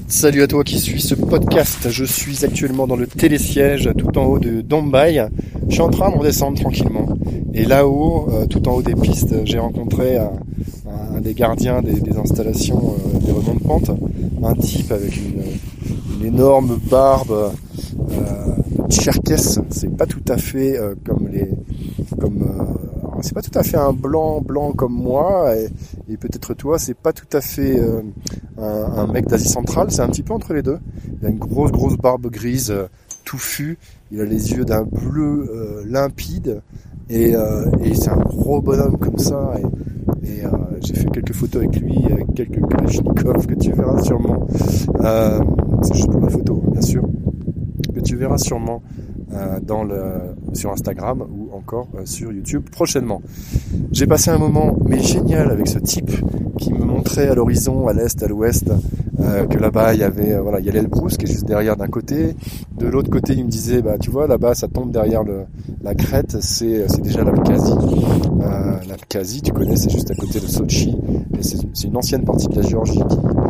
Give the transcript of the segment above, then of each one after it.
Salut à toi qui suis ce podcast. Je suis actuellement dans le télésiège tout en haut de Dombaï. Je suis en train de redescendre tranquillement. Et là-haut, tout en haut des pistes, j'ai rencontré un des gardiens des installations des remonts de pente. Un type avec une énorme barbe tcherkesse. C'est pas tout à fait c'est pas tout à fait un blanc comme moi, et peut-être toi, c'est pas tout à fait un mec d'Asie centrale, c'est un petit peu entre les deux. Il a une grosse barbe grise touffue, il a les yeux d'un bleu limpide, et c'est un gros bonhomme comme ça, et j'ai fait quelques photos avec lui, avec quelques Kalachnikov que tu verras sûrement, c'est juste pour la photo bien sûr, que tu verras sûrement sur Instagram ou encore sur YouTube prochainement. J'ai passé un moment génial avec ce type qui me montrait à l'horizon, à l'est, à l'ouest, que là-bas il y avait il y a l'Elbrus qui est juste derrière d'un côté. De l'autre côté, il me disait tu vois là-bas ça tombe derrière la crête, c'est déjà l'Abkhazie. L'Abkhazie, tu connais, c'est juste à côté de Sotchi, et c'est une ancienne partie de la Géorgie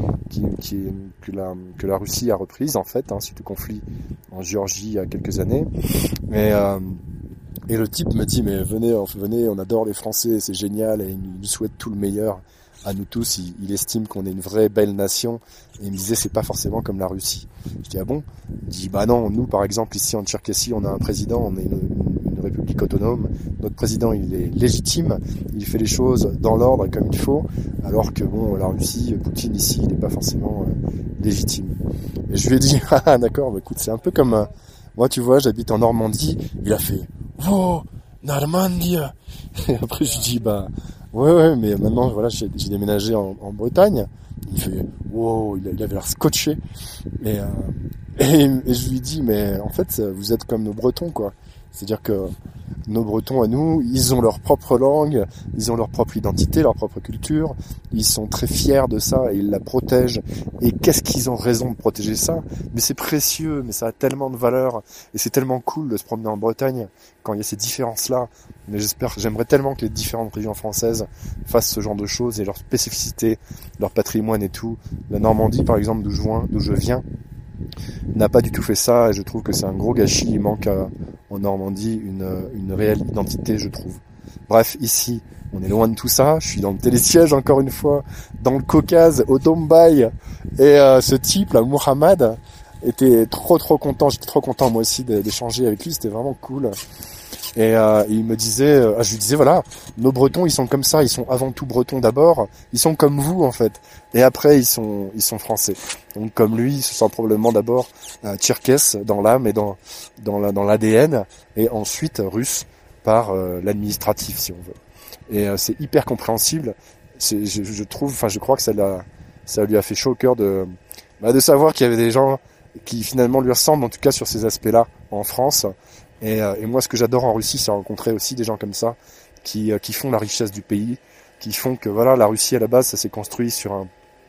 que la Russie a reprise en fait, suite au conflit en Géorgie il y a quelques années. Et le type me dit mais venez, on adore les Français, c'est génial, et il nous souhaite tout le meilleur à nous tous. Il estime qu'on est une vraie belle nation, et il me disait c'est pas forcément comme la Russie. Je dis ah bon? Il dit bah non, nous par exemple ici en Tcherkessie on a un président, on est une république autonome, notre président il est légitime, il fait les choses dans l'ordre comme il faut, alors que la Russie, Poutine ici, il n'est pas forcément légitime. Et je lui ai dit ah d'accord, écoute, c'est un peu comme moi, tu vois, j'habite en Normandie. Il a fait oh Normandie. Et après je dis ouais, mais maintenant voilà, j'ai déménagé en Bretagne. Il fait wow, il avait l'air scotché, et je lui dis mais en fait vous êtes comme nos Bretons quoi. C'est-à-dire que nos Bretons à nous, ils ont leur propre langue, ils ont leur propre identité, leur propre culture, ils sont très fiers de ça et ils la protègent. Et qu'est-ce qu'ils ont raison de protéger ça? Mais c'est précieux, mais ça a tellement de valeur, et c'est tellement cool de se promener en Bretagne quand il y a ces différences-là. Mais j'aimerais tellement que les différentes régions françaises fassent ce genre de choses, et leur spécificité, leur patrimoine et tout. La Normandie, par exemple, d'où je viens, n'a pas du tout fait ça, et je trouve que c'est un gros gâchis. Il manque en Normandie une réelle identité, je trouve. Bref, ici, on est loin de tout ça. Je suis dans le télésiège encore une fois, dans le Caucase, au Dombaï, et ce type là, Mohamed, était trop content. J'étais trop content moi aussi d'échanger avec lui, c'était vraiment cool. Et il me disait, je lui disais voilà, nos Bretons ils sont comme ça, ils sont avant tout Bretons d'abord, ils sont comme vous en fait, et après ils sont français. Donc comme lui, ils sont probablement d'abord tcherkesses dans l'âme et dans l'ADN, et ensuite russes par l'administratif si on veut. Et c'est hyper compréhensible. Je crois que ça lui a fait chaud au cœur de savoir qu'il y avait des gens qui finalement lui ressemblent, en tout cas sur ces aspects-là en France. Et moi, ce que j'adore en Russie, c'est rencontrer aussi des gens comme ça, qui font la richesse du pays, qui font que la Russie à la base, ça s'est construit sur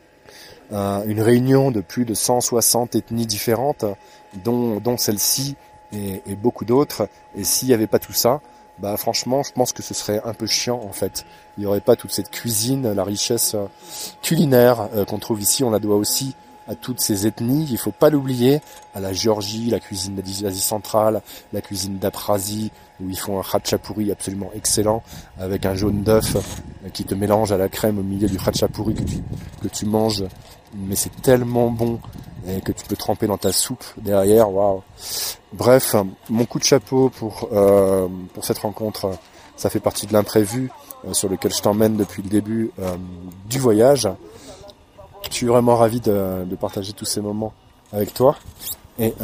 une réunion de plus de 160 ethnies différentes, dont celle-ci et beaucoup d'autres. Et s'il n'y avait pas tout ça, franchement, je pense que ce serait un peu chiant en fait. Il n'y aurait pas toute cette cuisine, la richesse culinaire qu'on trouve ici. On la doit aussi à toutes ces ethnies, il faut pas l'oublier, à la Géorgie, la cuisine d'Asie centrale, la cuisine d'Abkhazie, où ils font un khachapuri absolument excellent, avec un jaune d'œuf qui te mélange à la crème au milieu du khachapuri que tu manges, mais c'est tellement bon, et que tu peux tremper dans ta soupe derrière, waouh. Bref, mon coup de chapeau pour cette rencontre, ça fait partie de l'imprévu sur lequel je t'emmène depuis le début du voyage. Je suis vraiment ravi de partager tous ces moments avec toi, et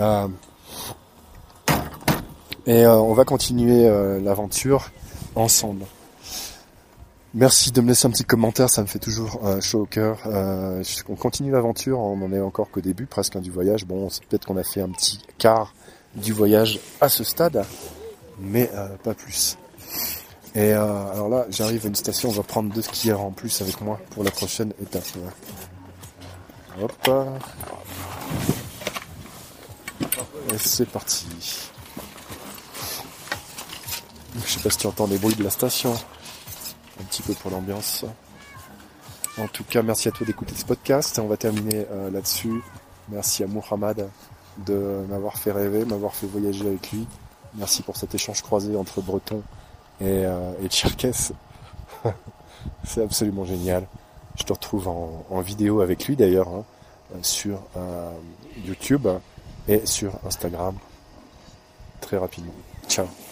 on va continuer l'aventure ensemble. Merci de me laisser un petit commentaire, ça me fait toujours chaud au cœur. On continue l'aventure, on n'en est encore qu'au début presque du voyage. Bon, c'est peut-être qu'on a fait un petit quart du voyage à ce stade, mais pas plus. Et alors là, j'arrive à une station, on va prendre 2 skieurs en plus avec moi pour la prochaine étape. Hop. Et c'est parti. Je sais pas si tu entends les bruits de la station. Un petit peu pour l'ambiance. En tout cas, merci à toi d'écouter ce podcast. On va terminer là-dessus. Merci à Muhammad de m'avoir fait rêver, m'avoir fait voyager avec lui. Merci pour cet échange croisé entre Breton et Tcherkesse. C'est absolument génial. Je te retrouve en vidéo avec lui d'ailleurs, hein, sur YouTube et sur Instagram très rapidement. Ciao.